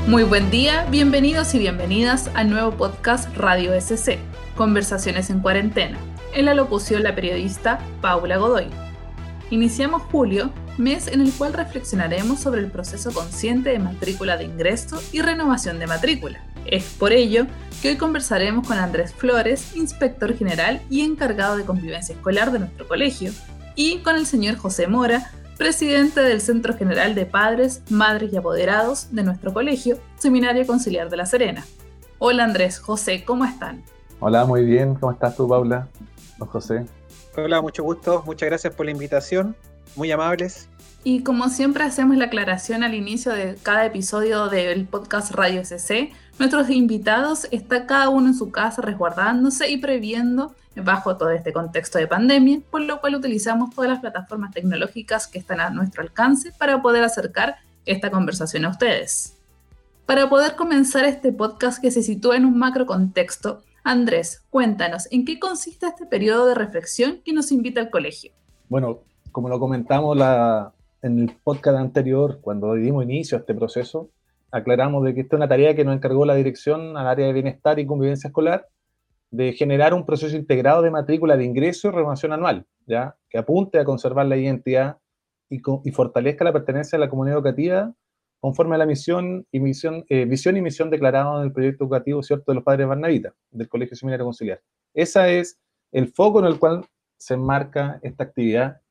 Muy buen día, bienvenidos y bienvenidas al nuevo podcast Radio SC, Conversaciones en Cuarentena. En la locución la periodista Paula Godoy. Iniciamos julio, mes en el cual reflexionaremos sobre el proceso consciente de matrícula de ingreso y renovación de matrícula. Es por ello que hoy conversaremos con Andrés Flores, inspector general y encargado de convivencia escolar de nuestro colegio, y con el señor José Mora, presidente del Centro General de Padres, Madres y Apoderados de nuestro colegio, Seminario Conciliar de La Serena. Hola Andrés, José, ¿cómo están? Hola, muy bien. ¿Cómo estás tú, Paula? Don José. Hola, mucho gusto. Muchas gracias por la invitación. Muy amables. Y como siempre hacemos la aclaración al inicio de cada episodio del podcast Radio SC, nuestros invitados están cada uno en su casa resguardándose y previendo bajo todo este contexto de pandemia, por lo cual utilizamos todas las plataformas tecnológicas que están a nuestro alcance para poder acercar esta conversación a ustedes. Para poder comenzar este podcast que se sitúa en un macro contexto, Andrés, cuéntanos, ¿en qué consiste este periodo de reflexión que nos invita al colegio? Bueno, como lo comentamos en el podcast anterior, cuando dimos inicio a este proceso, aclaramos de que esta es una tarea que nos encargó la dirección al área de bienestar y convivencia escolar, de generar un proceso integrado de matrícula de ingreso y renovación anual, ¿ya? Que apunte a conservar la identidad y fortalezca la pertenencia a la comunidad educativa conforme a la visión y misión declarada en el proyecto educativo, ¿cierto?, de los padres barnabitas, del Colegio Seminario Conciliar. Ese es el foco en el cual se enmarca esta actividad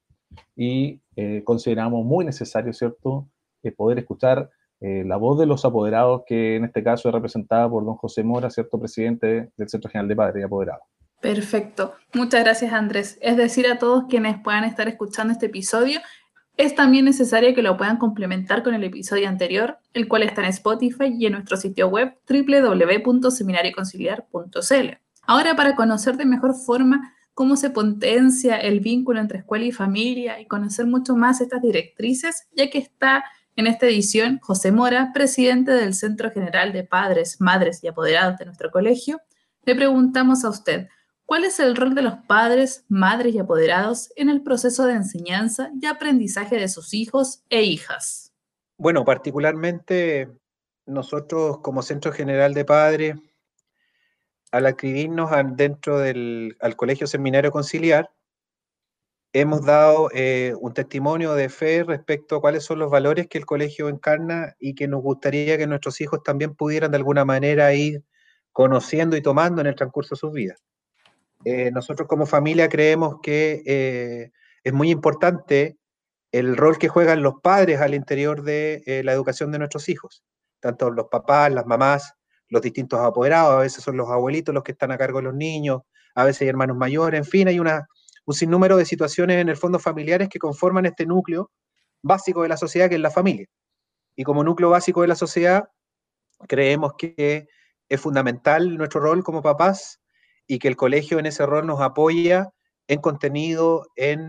y consideramos muy necesario, ¿cierto?, poder escuchar la voz de los apoderados, que en este caso es representada por don José Mora, ¿cierto?, presidente del Centro General de Padres y Apoderados. Perfecto. Muchas gracias, Andrés. Es decir, a todos quienes puedan estar escuchando este episodio, es también necesario que lo puedan complementar con el episodio anterior, el cual está en Spotify y en nuestro sitio web www.seminarioconciliar.cl. Ahora, para conocer de mejor forma cómo se potencia el vínculo entre escuela y familia y conocer mucho más estas directrices, ya que está en esta edición José Mora, presidente del Centro General de Padres, Madres y Apoderados de nuestro colegio, le preguntamos a usted, ¿cuál es el rol de los padres, madres y apoderados en el proceso de enseñanza y aprendizaje de sus hijos e hijas? Bueno, particularmente nosotros como Centro General de Padres, al adscribirnos dentro al Colegio Seminario Conciliar, hemos dado un testimonio de fe respecto a cuáles son los valores que el colegio encarna y que nos gustaría que nuestros hijos también pudieran de alguna manera ir conociendo y tomando en el transcurso de sus vidas. Nosotros como familia creemos que es muy importante el rol que juegan los padres al interior de la educación de nuestros hijos, tanto los papás, las mamás, los distintos apoderados, a veces son los abuelitos los que están a cargo de los niños, a veces hay hermanos mayores, en fin, hay un sinnúmero de situaciones en el fondo familiares que conforman este núcleo básico de la sociedad, que es la familia. Y como núcleo básico de la sociedad, creemos que es fundamental nuestro rol como papás y que el colegio en ese rol nos apoya en contenido,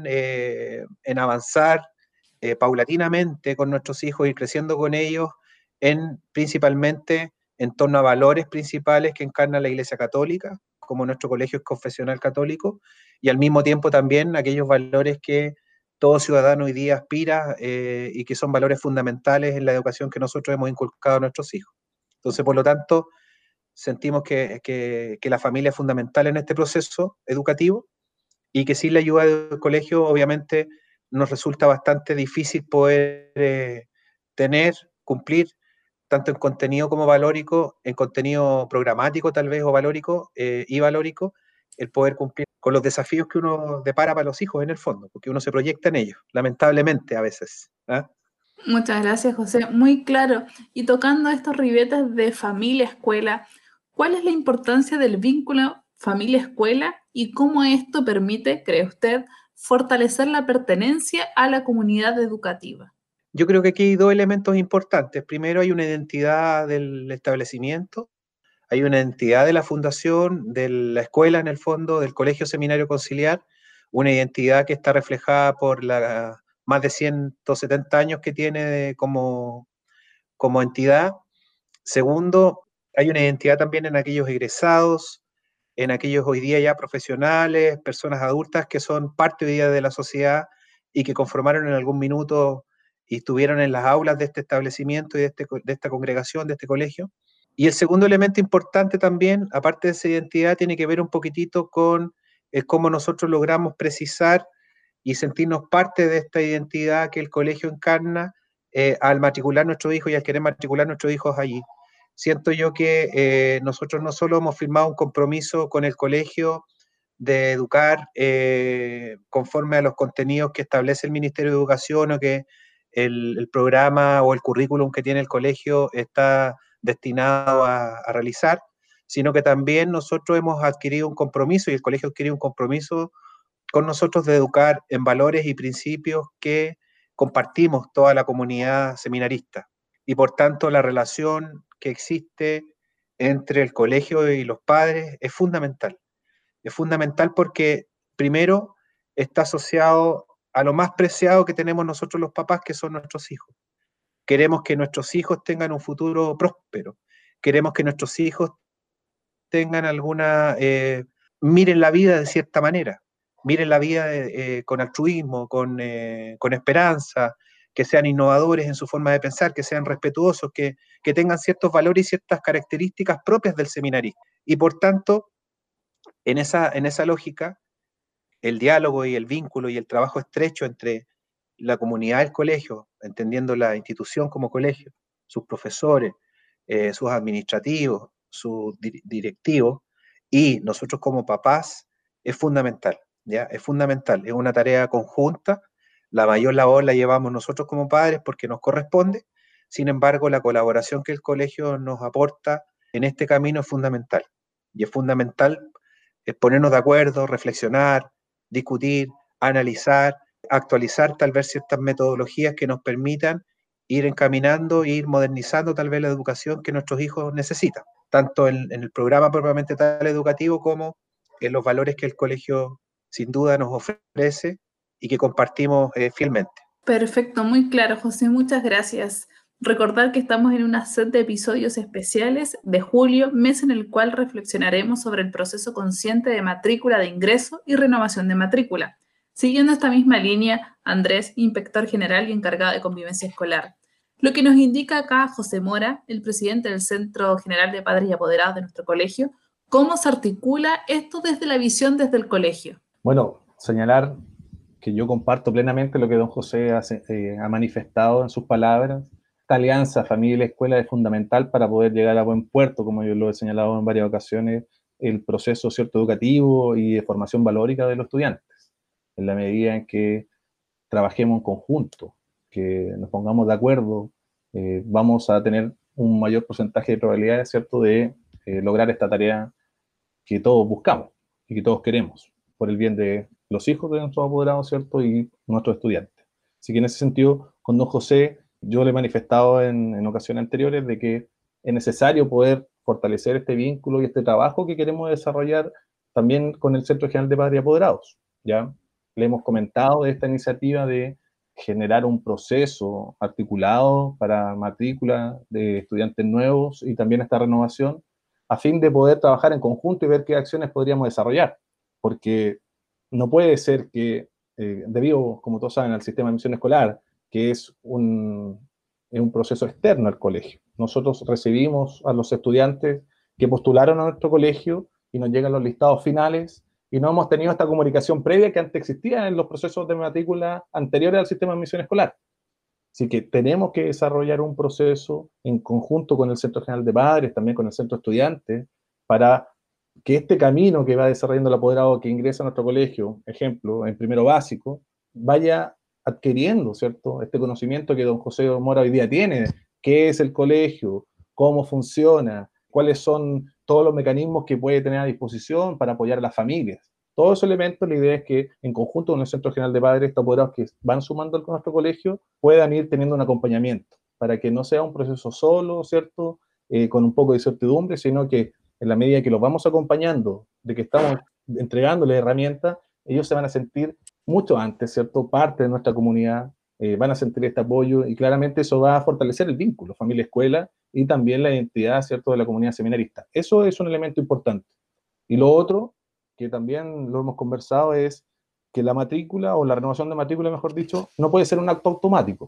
en avanzar paulatinamente con nuestros hijos y creciendo con ellos, principalmente en torno a valores principales que encarna la Iglesia Católica, como nuestro colegio es confesional católico, y al mismo tiempo también aquellos valores que todo ciudadano hoy día aspira y que son valores fundamentales en la educación que nosotros hemos inculcado a nuestros hijos. Entonces, por lo tanto, sentimos que la familia es fundamental en este proceso educativo y que sin la ayuda del colegio, obviamente, nos resulta bastante difícil poder cumplir, tanto en contenido como valórico, en contenido programático tal vez o valórico y valórico, el poder cumplir con los desafíos que uno depara para los hijos en el fondo, porque uno se proyecta en ellos, lamentablemente a veces. Muchas gracias, José. Muy claro. Y tocando estos ribetes de familia-escuela, ¿cuál es la importancia del vínculo familia-escuela y cómo esto permite, cree usted, fortalecer la pertenencia a la comunidad educativa? Yo creo que aquí hay dos elementos importantes. Primero, hay una identidad del establecimiento, hay una identidad de la fundación, de la escuela en el fondo, del Colegio Seminario Conciliar, una identidad que está reflejada por más de 170 años que tiene como entidad. Segundo, hay una identidad también en aquellos egresados, en aquellos hoy día ya profesionales, personas adultas que son parte hoy día de la sociedad y que conformaron en algún minuto y estuvieron en las aulas de este establecimiento y de esta congregación, de este colegio. Y el segundo elemento importante también, aparte de esa identidad, tiene que ver un poquitito con cómo nosotros logramos precisar y sentirnos parte de esta identidad que el colegio encarna al matricular nuestros hijos y al querer matricular nuestros hijos allí. Siento yo que nosotros no solo hemos firmado un compromiso con el colegio de educar conforme a los contenidos que establece el Ministerio de Educación o que el programa o el currículum que tiene el colegio está destinado a realizar, sino que también nosotros hemos adquirido un compromiso y el colegio ha adquirido un compromiso con nosotros de educar en valores y principios que compartimos toda la comunidad seminarista. Y por tanto la relación que existe entre el colegio y los padres es fundamental. Es fundamental porque, primero, está asociado a lo más preciado que tenemos nosotros los papás, que son nuestros hijos. Queremos que nuestros hijos tengan un futuro próspero. Queremos que nuestros hijos tengan miren la vida de cierta manera. Miren la vida con altruismo, con esperanza, que sean innovadores en su forma de pensar, que sean respetuosos, que tengan ciertos valores y ciertas características propias del seminarista. Y por tanto, en esa lógica, el diálogo y el vínculo y el trabajo estrecho entre la comunidad del colegio, entendiendo la institución como colegio, sus profesores, sus administrativos, sus directivos, y nosotros como papás, es fundamental, ¿ya? Es fundamental, es una tarea conjunta, la mayor labor la llevamos nosotros como padres porque nos corresponde, sin embargo, la colaboración que el colegio nos aporta en este camino es fundamental, y es fundamental ponernos de acuerdo, reflexionar, discutir, analizar, actualizar tal vez ciertas metodologías que nos permitan ir encaminando, ir modernizando tal vez la educación que nuestros hijos necesitan, tanto en el programa propiamente tal educativo como en los valores que el colegio sin duda nos ofrece y que compartimos fielmente. Perfecto, muy claro, José, muchas gracias. Recordar que estamos en una set de episodios especiales de julio, mes en el cual reflexionaremos sobre el proceso consciente de matrícula de ingreso y renovación de matrícula. Siguiendo esta misma línea, Andrés, inspector general y encargado de convivencia escolar. Lo que nos indica acá José Mora, el presidente del Centro General de Padres y Apoderados de nuestro colegio, cómo se articula esto desde la visión desde el colegio. Bueno, señalar que yo comparto plenamente lo que don José ha manifestado en sus palabras. Esta alianza familia-escuela es fundamental para poder llegar a buen puerto, como yo lo he señalado en varias ocasiones, el proceso cierto educativo y de formación valórica de los estudiantes, en la medida en que trabajemos en conjunto, que nos pongamos de acuerdo, vamos a tener un mayor porcentaje de probabilidades, ¿cierto?, de lograr esta tarea que todos buscamos y que todos queremos, por el bien de los hijos de nuestros apoderados, ¿cierto?, y nuestros estudiantes. Así que en ese sentido, con don José, yo le he manifestado en ocasiones anteriores de que es necesario poder fortalecer este vínculo y este trabajo que queremos desarrollar también con el Centro General de Padres y Apoderados, ¿ya? Le hemos comentado de esta iniciativa de generar un proceso articulado para matrícula de estudiantes nuevos y también esta renovación, a fin de poder trabajar en conjunto y ver qué acciones podríamos desarrollar, porque no puede ser que, debido, como todos saben, al sistema de admisión escolar, que es un proceso externo al colegio. Nosotros recibimos a los estudiantes que postularon a nuestro colegio y nos llegan los listados finales y no hemos tenido esta comunicación previa que antes existía en los procesos de matrícula anteriores al sistema de admisión escolar. Así que tenemos que desarrollar un proceso en conjunto con el Centro General de Padres, también con el Centro Estudiantes, para que este camino que va desarrollando el apoderado que ingresa a nuestro colegio, ejemplo, en primero básico, vaya adquiriendo, ¿cierto?, este conocimiento que don José Mora hoy día tiene, qué es el colegio, cómo funciona, cuáles son todos los mecanismos que puede tener a disposición para apoyar a las familias. Todos esos elementos, la idea es que en conjunto con el Centro General de Padres, estos apoderados que van sumando al nuestro colegio puedan ir teniendo un acompañamiento, para que no sea un proceso solo, ¿cierto?, con un poco de incertidumbre, sino que en la medida que los vamos acompañando, de que estamos entregándoles herramientas, ellos se van a sentir mucho antes, ¿cierto?, parte de nuestra comunidad, van a sentir este apoyo y claramente eso va a fortalecer el vínculo familia-escuela y también la identidad, ¿cierto?, de la comunidad seminarista. Eso es un elemento importante. Y lo otro, que también lo hemos conversado, es que la matrícula o la renovación de matrícula, mejor dicho, no puede ser un acto automático.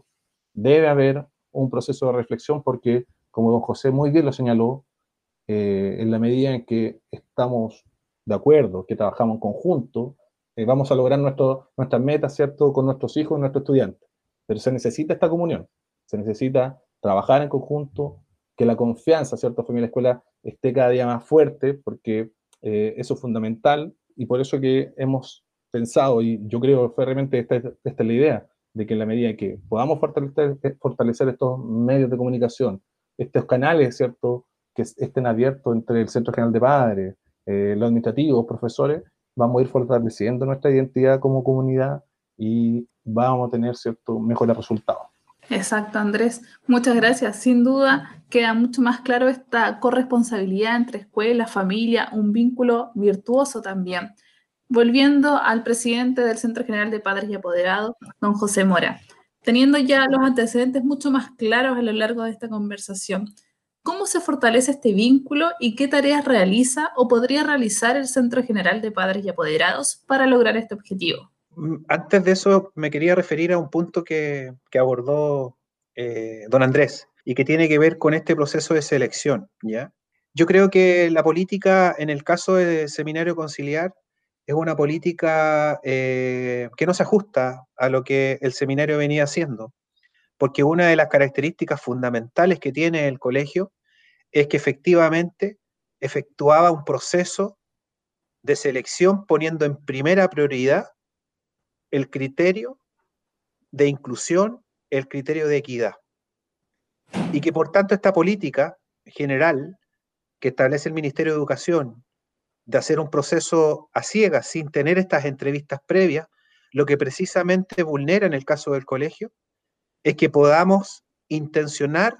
debe haber un proceso de reflexión porque, como don José muy bien lo señaló, en la medida en que estamos de acuerdo, que trabajamos en conjunto, vamos a lograr nuestras metas, ¿cierto?, con nuestros hijos y nuestros estudiantes. Pero se necesita esta comunión, se necesita trabajar en conjunto, que la confianza, ¿cierto?, familia-escuela esté cada día más fuerte, porque eso es fundamental, y por eso que hemos pensado, y yo creo fervientemente esta es la idea, de que en la medida en que podamos fortalecer estos medios de comunicación, estos canales, ¿cierto?, que estén abiertos entre el Centro General de Padres, los administrativos, profesores, vamos a ir fortaleciendo nuestra identidad como comunidad y vamos a tener, ¿cierto?, mejores resultados. Exacto, Andrés. Muchas gracias. Sin duda queda mucho más claro esta corresponsabilidad entre escuela, familia, un vínculo virtuoso también. Volviendo al presidente del Centro General de Padres y Apoderados, don José Mora, teniendo ya los antecedentes mucho más claros a lo largo de esta conversación, ¿cómo se fortalece este vínculo y qué tareas realiza o podría realizar el Centro General de Padres y Apoderados para lograr este objetivo? Antes de eso, me quería referir a un punto que abordó don Andrés y que tiene que ver con este proceso de selección, ¿ya? Yo creo que la política, en el caso del Seminario Conciliar, es una política que no se ajusta a lo que el seminario venía haciendo, porque una de las características fundamentales que tiene el colegio es que efectivamente efectuaba un proceso de selección poniendo en primera prioridad el criterio de inclusión, el criterio de equidad. Y que por tanto esta política general que establece el Ministerio de Educación de hacer un proceso a ciegas sin tener estas entrevistas previas, lo que precisamente vulnera en el caso del colegio es que podamos intencionar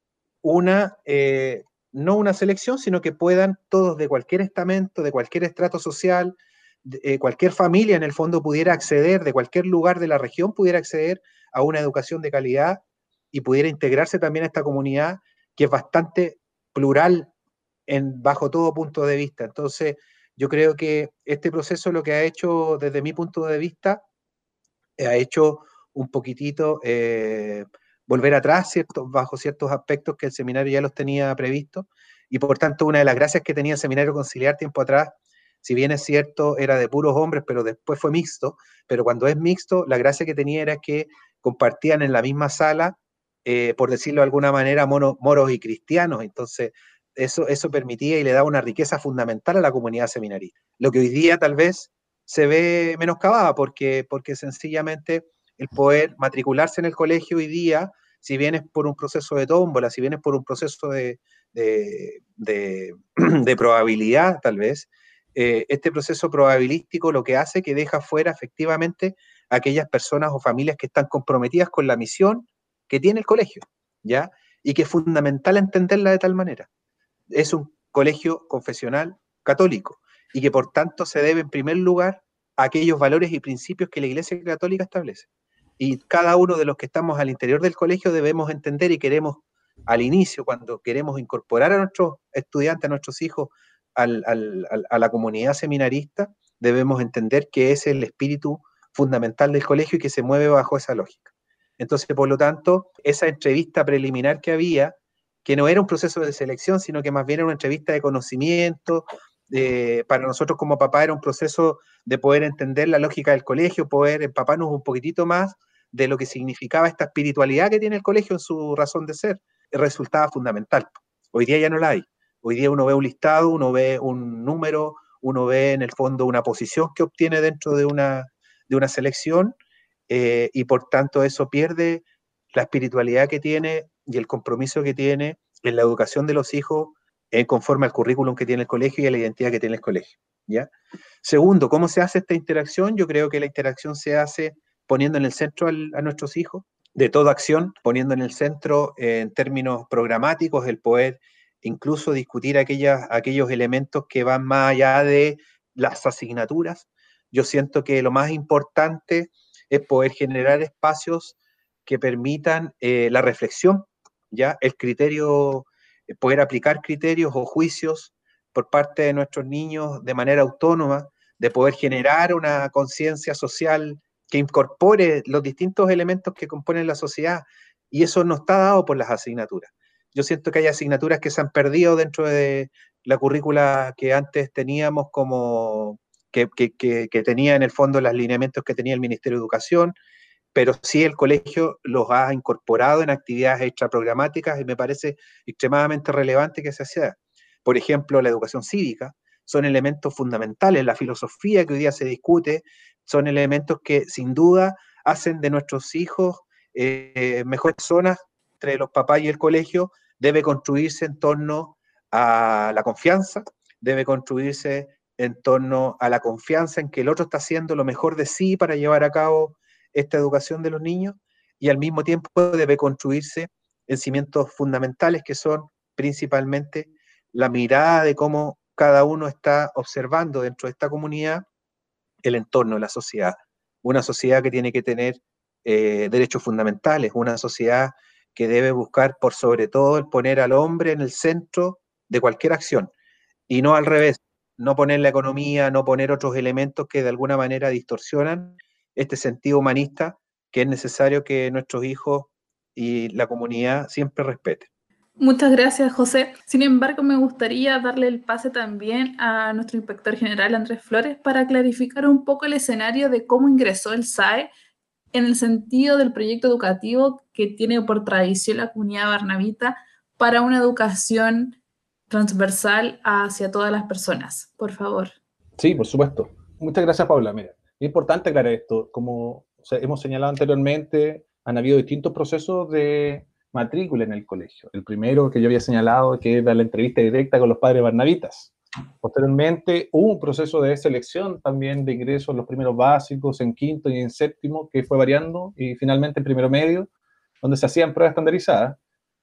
no una selección, sino que puedan todos de cualquier estamento, de cualquier estrato social, cualquier familia en el fondo pudiera acceder, de cualquier lugar de la región pudiera acceder a una educación de calidad y pudiera integrarse también a esta comunidad que es bastante plural bajo todo punto de vista. Entonces, yo creo que este proceso lo que ha hecho desde mi punto de vista, ha hecho un poquitito volver atrás bajo ciertos aspectos que el seminario ya los tenía previstos, y por tanto una de las gracias que tenía el Seminario Conciliar tiempo atrás, si bien es cierto, era de puros hombres, pero después fue mixto, pero cuando es mixto, la gracia que tenía era que compartían en la misma sala, por decirlo de alguna manera, moros y cristianos, entonces eso permitía y le daba una riqueza fundamental a la comunidad seminarista. Lo que hoy día tal vez se ve menoscabada porque sencillamente el poder matricularse en el colegio hoy día, si bien es por un proceso de tómbola, si bien es por un proceso de probabilidad tal vez, este proceso probabilístico lo que hace que deja fuera efectivamente a aquellas personas o familias que están comprometidas con la misión que tiene el colegio, ¿ya? Y que es fundamental entenderla de tal manera. Es un colegio confesional católico y que por tanto se debe en primer lugar a aquellos valores y principios que la Iglesia Católica establece. Y cada uno de los que estamos al interior del colegio debemos entender y queremos al inicio, cuando queremos incorporar a nuestros estudiantes, a nuestros hijos, a la comunidad seminarista, debemos entender que es el espíritu fundamental del colegio y que se mueve bajo esa lógica. Entonces, por lo tanto, esa entrevista preliminar que había, que no era un proceso de selección, sino que más bien era una entrevista de conocimiento, para nosotros como papá era un proceso de poder entender la lógica del colegio, poder empaparnos un poquitito más de lo que significaba esta espiritualidad que tiene el colegio en su razón de ser, resultaba fundamental. Hoy día ya no la hay. Hoy día uno ve un listado, uno ve un número, uno ve en el fondo una posición que obtiene dentro de una selección, y por tanto eso pierde la espiritualidad que tiene y el compromiso que tiene en la educación de los hijos conforme al currículum que tiene el colegio y a la identidad que tiene el colegio, ¿ya? Segundo, ¿cómo se hace esta interacción? Yo creo que la interacción se hace poniendo en el centro a nuestros hijos de toda acción, poniendo en el centro en términos programáticos el poder incluso discutir aquellos elementos que van más allá de las asignaturas. Yo siento que lo más importante es poder generar espacios que permitan la reflexión, ¿ya? El criterio, poder aplicar criterios o juicios por parte de nuestros niños de manera autónoma, de poder generar una conciencia social que incorpore los distintos elementos que componen la sociedad, y eso no está dado por las asignaturas. Yo siento que hay asignaturas que se han perdido dentro de la currícula que antes teníamos que tenía en el fondo los lineamientos que tenía el Ministerio de Educación, pero sí el colegio los ha incorporado en actividades extraprogramáticas y me parece extremadamente relevante que se haga. Por ejemplo, la educación cívica son elementos fundamentales, la filosofía que hoy día se discute son elementos que sin duda hacen de nuestros hijos mejores personas. Entre los papás y el colegio debe construirse en torno a la confianza, debe construirse en torno a la confianza en que el otro está haciendo lo mejor de sí para llevar a cabo esta educación de los niños, y al mismo tiempo debe construirse en cimientos fundamentales que son principalmente la mirada de cómo cada uno está observando dentro de esta comunidad el entorno, la sociedad. Una sociedad que tiene que tener derechos fundamentales, una sociedad que debe buscar por sobre todo el poner al hombre en el centro de cualquier acción, y no al revés, no poner la economía, no poner otros elementos que de alguna manera distorsionan este sentido humanista que es necesario que nuestros hijos y la comunidad siempre respeten. Muchas gracias, José. Sin embargo, me gustaría darle el pase también a nuestro inspector general, Andrés Flores, para clarificar un poco el escenario de cómo ingresó el SAE en el sentido del proyecto educativo que tiene por tradición la comunidad barnavita para una educación transversal hacia todas las personas. Por favor. Sí, por supuesto. Muchas gracias, Paula. Mira, es importante aclarar esto. Como hemos señalado anteriormente, han habido distintos procesos de matrícula en el colegio. El primero que yo había señalado, que era la entrevista directa con los padres barnavitas. Posteriormente hubo un proceso de selección también de ingresos en los primeros básicos, en quinto y en séptimo, que fue variando, y finalmente en primero medio, donde se hacían pruebas estandarizadas,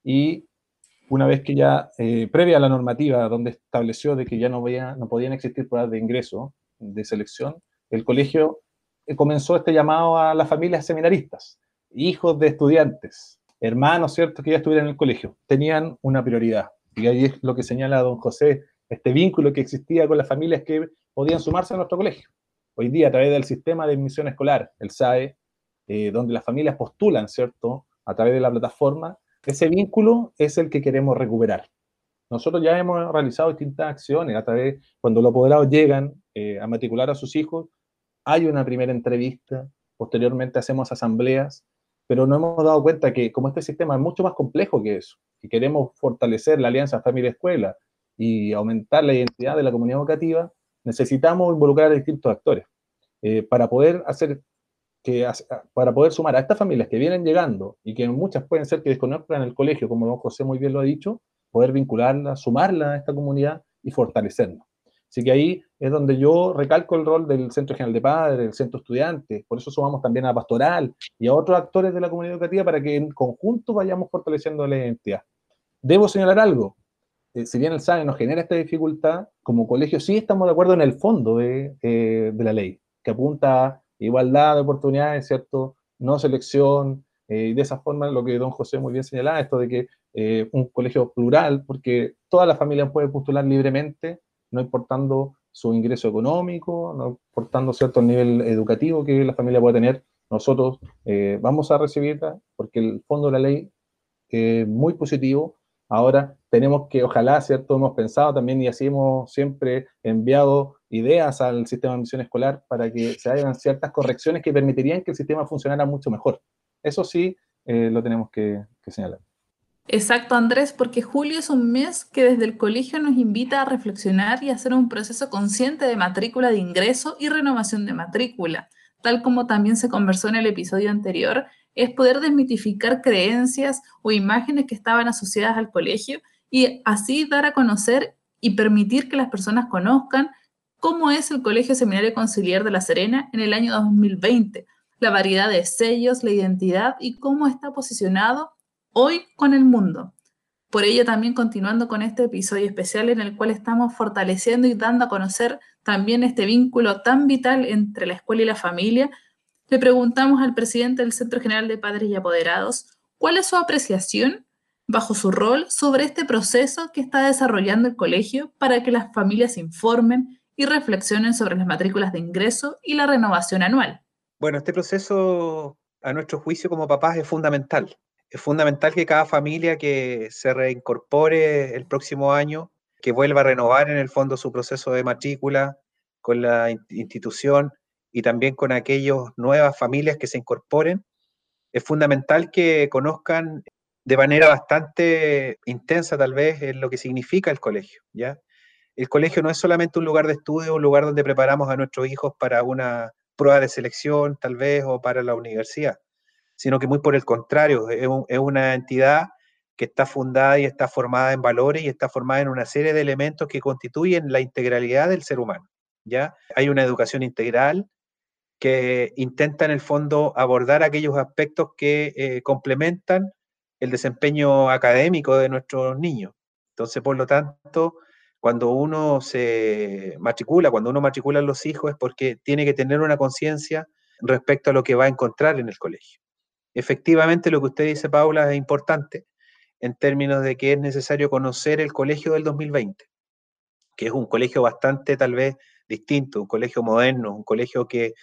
y una vez que ya, previa a la normativa, donde estableció de que ya no podían existir pruebas de ingreso, de selección, el colegio comenzó este llamado a las familias seminaristas, hijos de estudiantes, hermanos, ¿cierto?, que ya estuvieran en el colegio, tenían una prioridad. Y ahí es lo que señala don José, este vínculo que existía con las familias que podían sumarse a nuestro colegio. Hoy día, a través del sistema de admisión escolar, el SAE, donde las familias postulan, ¿cierto?, a través de la plataforma, ese vínculo es el que queremos recuperar. Nosotros ya hemos realizado distintas acciones a través, cuando los apoderados llegan a matricular a sus hijos, hay una primera entrevista, posteriormente hacemos asambleas, pero nos hemos dado cuenta que como este sistema es mucho más complejo que eso, y queremos fortalecer la alianza familia-escuela y aumentar la identidad de la comunidad educativa, necesitamos involucrar a distintos actores para poder para poder sumar a estas familias que vienen llegando y que muchas pueden ser que desconozcan el colegio, como don José muy bien lo ha dicho, poder vincularlas, sumarlas a esta comunidad y fortalecernos. Así que ahí es donde yo recalco el rol del Centro General de Padres, del Centro Estudiantes, por eso sumamos también a Pastoral y a otros actores de la comunidad educativa para que en conjunto vayamos fortaleciendo la identidad. Debo señalar algo, si bien el SAE nos genera esta dificultad, como colegio sí estamos de acuerdo en el fondo de la ley, que apunta a igualdad de oportunidades, ¿cierto? No selección, y de esa forma lo que don José muy bien señalaba, esto de que un colegio plural, porque todas las familias pueden postular libremente, no importando su ingreso económico, no importando cierto el nivel educativo que la familia pueda tener. Nosotros vamos a recibirla porque el fondo de la ley es muy positivo. Ahora tenemos que, ojalá, ¿cierto? Hemos pensado también y así hemos siempre enviado ideas al sistema de admisión escolar para que se hagan ciertas correcciones que permitirían que el sistema funcionara mucho mejor. Eso sí, lo tenemos que señalar. Exacto, Andrés, porque julio es un mes que desde el colegio nos invita a reflexionar y hacer un proceso consciente de matrícula de ingreso y renovación de matrícula. Tal como también se conversó en el episodio anterior, es poder desmitificar creencias o imágenes que estaban asociadas al colegio y así dar a conocer y permitir que las personas conozcan cómo es el Colegio Seminario Conciliar de La Serena en el año 2020, la variedad de sellos, la identidad y cómo está posicionado hoy con el mundo. Por ello, también continuando con este episodio especial en el cual estamos fortaleciendo y dando a conocer también este vínculo tan vital entre la escuela y la familia, le preguntamos al presidente del Centro General de Padres y Apoderados cuál es su apreciación bajo su rol sobre este proceso que está desarrollando el colegio para que las familias se informen y reflexionen sobre las matrículas de ingreso y la renovación anual. Bueno, este proceso, a nuestro juicio como papás, es fundamental. Es fundamental que cada familia que se reincorpore el próximo año, que vuelva a renovar en el fondo su proceso de matrícula con la institución y también con aquellas nuevas familias que se incorporen, es fundamental que conozcan de manera bastante intensa tal vez lo que significa el colegio, ¿ya? El colegio no es solamente un lugar de estudio, un lugar donde preparamos a nuestros hijos para una prueba de selección tal vez o para la universidad, sino que muy por el contrario, es una entidad que está fundada y está formada en valores y está formada en una serie de elementos que constituyen la integralidad del ser humano, ¿ya? Hay una educación integral que intenta en el fondo abordar aquellos aspectos que complementan el desempeño académico de nuestros niños. Entonces, por lo tanto, cuando uno matricula a los hijos es porque tiene que tener una conciencia respecto a lo que va a encontrar en el colegio. Efectivamente, lo que usted dice, Paula, es importante en términos de que es necesario conocer el colegio del 2020, que es un colegio bastante tal vez distinto, un colegio moderno, un colegio que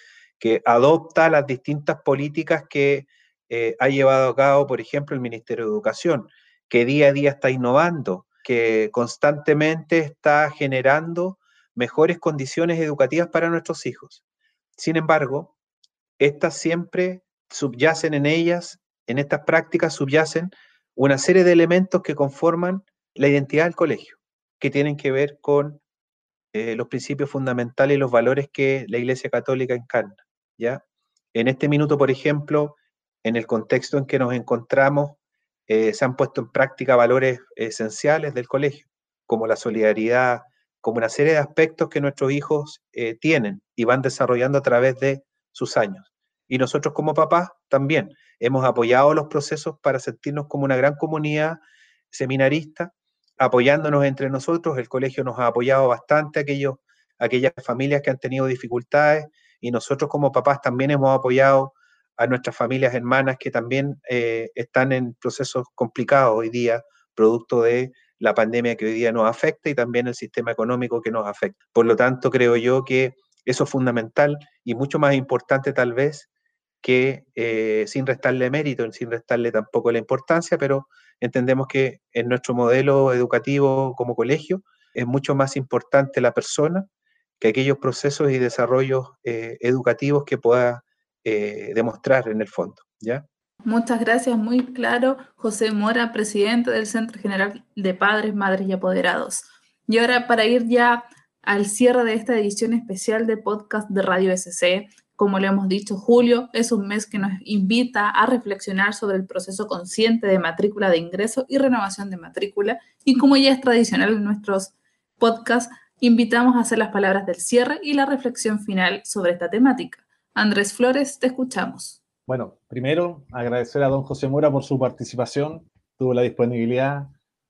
adopta las distintas políticas que ha llevado a cabo, por ejemplo, el Ministerio de Educación, que día a día está innovando, que constantemente está generando mejores condiciones educativas para nuestros hijos. Sin embargo, estas siempre subyacen en ellas, en estas prácticas subyacen una serie de elementos que conforman la identidad del colegio, que tienen que ver con los principios fundamentales y los valores que la Iglesia Católica encarna, ¿ya? En este minuto, por ejemplo, en el contexto en que nos encontramos, se han puesto en práctica valores esenciales del colegio, como la solidaridad, como una serie de aspectos que nuestros hijos tienen y van desarrollando a través de sus años. Y nosotros como papás también hemos apoyado los procesos para sentirnos como una gran comunidad seminarista, apoyándonos entre nosotros. El colegio nos ha apoyado bastante, aquellas familias que han tenido dificultades, y nosotros como papás también hemos apoyado a nuestras familias hermanas que también están en procesos complicados hoy día, producto de la pandemia que hoy día nos afecta y también el sistema económico que nos afecta. Por lo tanto, creo yo que eso es fundamental y mucho más importante tal vez que sin restarle mérito, sin restarle tampoco la importancia, pero entendemos que en nuestro modelo educativo como colegio es mucho más importante la persona que aquellos procesos y desarrollos educativos que pueda demostrar en el fondo, ¿ya? Muchas gracias, muy claro, José Mora, presidente del Centro General de Padres, Madres y Apoderados. Y ahora, para ir ya al cierre de esta edición especial de podcast de Radio SC, como le hemos dicho, julio es un mes que nos invita a reflexionar sobre el proceso consciente de matrícula de ingreso y renovación de matrícula. Y como ya es tradicional en nuestros podcasts, invitamos a hacer las palabras del cierre y la reflexión final sobre esta temática. Andrés Flores, te escuchamos. Bueno, primero agradecer a don José Mora por su participación, tuvo la disponibilidad,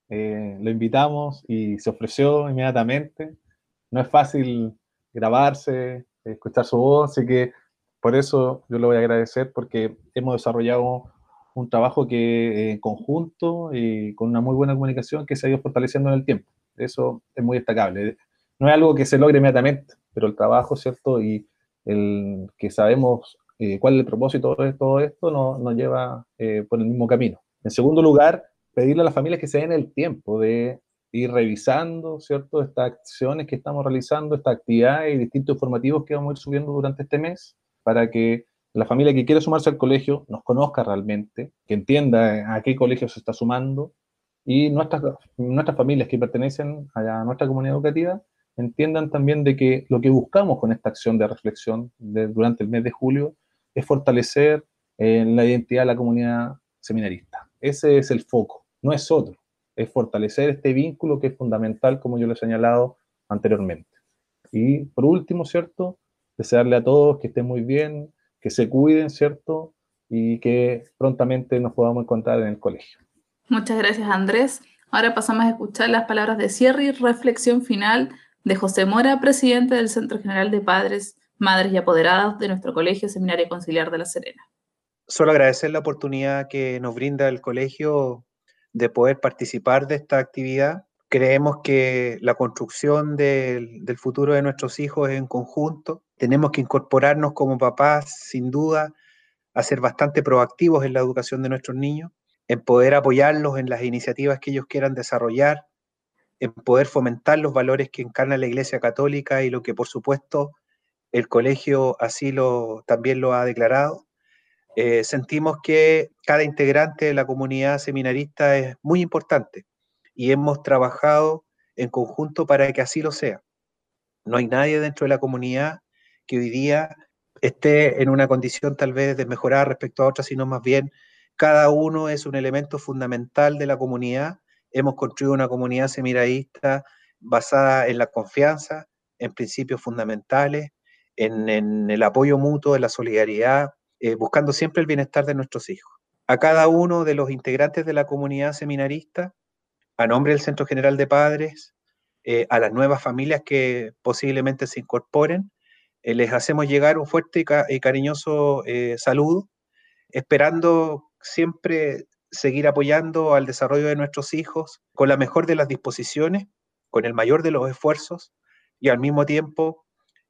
lo invitamos y se ofreció inmediatamente. No es fácil grabarse, escuchar su voz, así que por eso yo lo voy a agradecer porque hemos desarrollado un trabajo que en conjunto y con una muy buena comunicación que se ha ido fortaleciendo en el tiempo. Eso es muy destacable. No es algo que se logre inmediatamente, pero el trabajo, ¿cierto? Y el que sabemos cuál es el propósito de todo esto nos lleva por el mismo camino. En segundo lugar, pedirle a las familias que se den el tiempo de ir revisando, ¿cierto?, estas acciones que estamos realizando, estas actividades y distintos informativos que vamos a ir subiendo durante este mes, para que la familia que quiere sumarse al colegio nos conozca realmente, que entienda a qué colegio se está sumando, y nuestras familias que pertenecen a nuestra comunidad educativa entiendan también de que lo que buscamos con esta acción de reflexión durante el mes de julio es fortalecer la identidad de la comunidad seminarista. Ese es el foco, no es otro. Es fortalecer este vínculo que es fundamental, como yo lo he señalado anteriormente. Y por último, ¿cierto?, desearle a todos que estén muy bien, que se cuiden, ¿cierto?, y que prontamente nos podamos encontrar en el colegio. Muchas gracias, Andrés. Ahora pasamos a escuchar las palabras de cierre y reflexión final de José Mora, presidente del Centro General de Padres, Madres y Apoderados de nuestro Colegio Seminario Conciliar de La Serena. Solo agradecer la oportunidad que nos brinda el colegio de poder participar de esta actividad. Creemos que la construcción del futuro de nuestros hijos es en conjunto. Tenemos que incorporarnos como papás, sin duda, a ser bastante proactivos en la educación de nuestros niños. en poder apoyarlos en las iniciativas que ellos quieran desarrollar, en poder fomentar los valores que encarna la Iglesia Católica y lo que por supuesto el colegio así también lo ha declarado. Sentimos que cada integrante de la comunidad seminarista es muy importante y hemos trabajado en conjunto para que así lo sea. No hay nadie dentro de la comunidad que hoy día esté en una condición tal vez desmejorada respecto a otras, sino más bien cada uno es un elemento fundamental de la comunidad. Hemos construido una comunidad seminarista basada en la confianza, en principios fundamentales, en el apoyo mutuo, en la solidaridad, buscando siempre el bienestar de nuestros hijos. A cada uno de los integrantes de la comunidad seminarista, a nombre del Centro General de Padres, a las nuevas familias que posiblemente se incorporen, les hacemos llegar un fuerte y cariñoso saludo, esperando siempre seguir apoyando al desarrollo de nuestros hijos con la mejor de las disposiciones, con el mayor de los esfuerzos y al mismo tiempo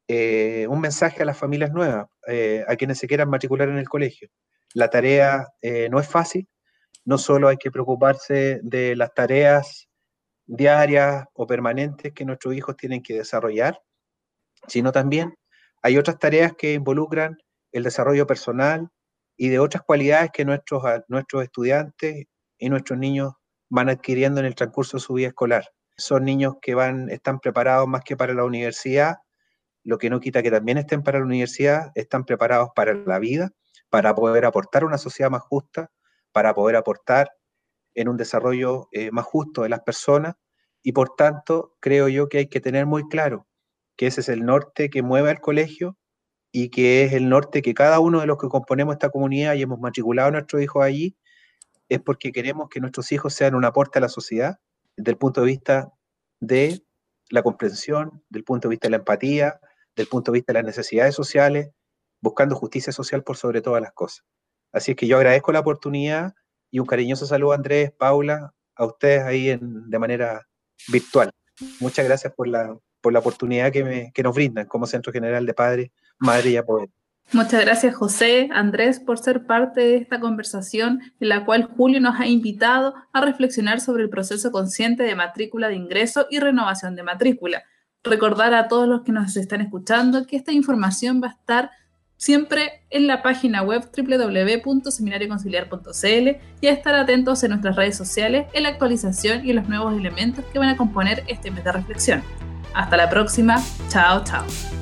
un mensaje a las familias nuevas, a quienes se quieran matricular en el colegio. La tarea no es fácil, no solo hay que preocuparse de las tareas diarias o permanentes que nuestros hijos tienen que desarrollar, sino también hay otras tareas que involucran el desarrollo personal y de otras cualidades que nuestros estudiantes y nuestros niños van adquiriendo en el transcurso de su vida escolar. Son niños que están preparados más que para la universidad, lo que no quita que también estén para la universidad, están preparados para la vida, para poder aportar a una sociedad más justa, para poder aportar en un desarrollo más justo de las personas, y por tanto creo yo que hay que tener muy claro que ese es el norte que mueve al colegio y que es el norte que cada uno de los que componemos esta comunidad y hemos matriculado a nuestros hijos allí, es porque queremos que nuestros hijos sean un aporte a la sociedad desde el punto de vista de la comprensión, del punto de vista de la empatía, del punto de vista de las necesidades sociales, buscando justicia social por sobre todas las cosas. Así es que yo agradezco la oportunidad y un cariñoso saludo a Andrés, Paula, a ustedes ahí de manera virtual. Muchas gracias por la oportunidad que nos brindan como Centro General de Padres, Madres y Apoyo. Muchas gracias, José, Andrés, por ser parte de esta conversación en la cual Julio nos ha invitado a reflexionar sobre el proceso consciente de matrícula de ingreso y renovación de matrícula. Recordar a todos los que nos están escuchando que esta información va a estar siempre en la página web www.seminarioconciliar.cl y a estar atentos en nuestras redes sociales en la actualización y en los nuevos elementos que van a componer este mes de reflexión. Hasta la próxima. Chao, chao.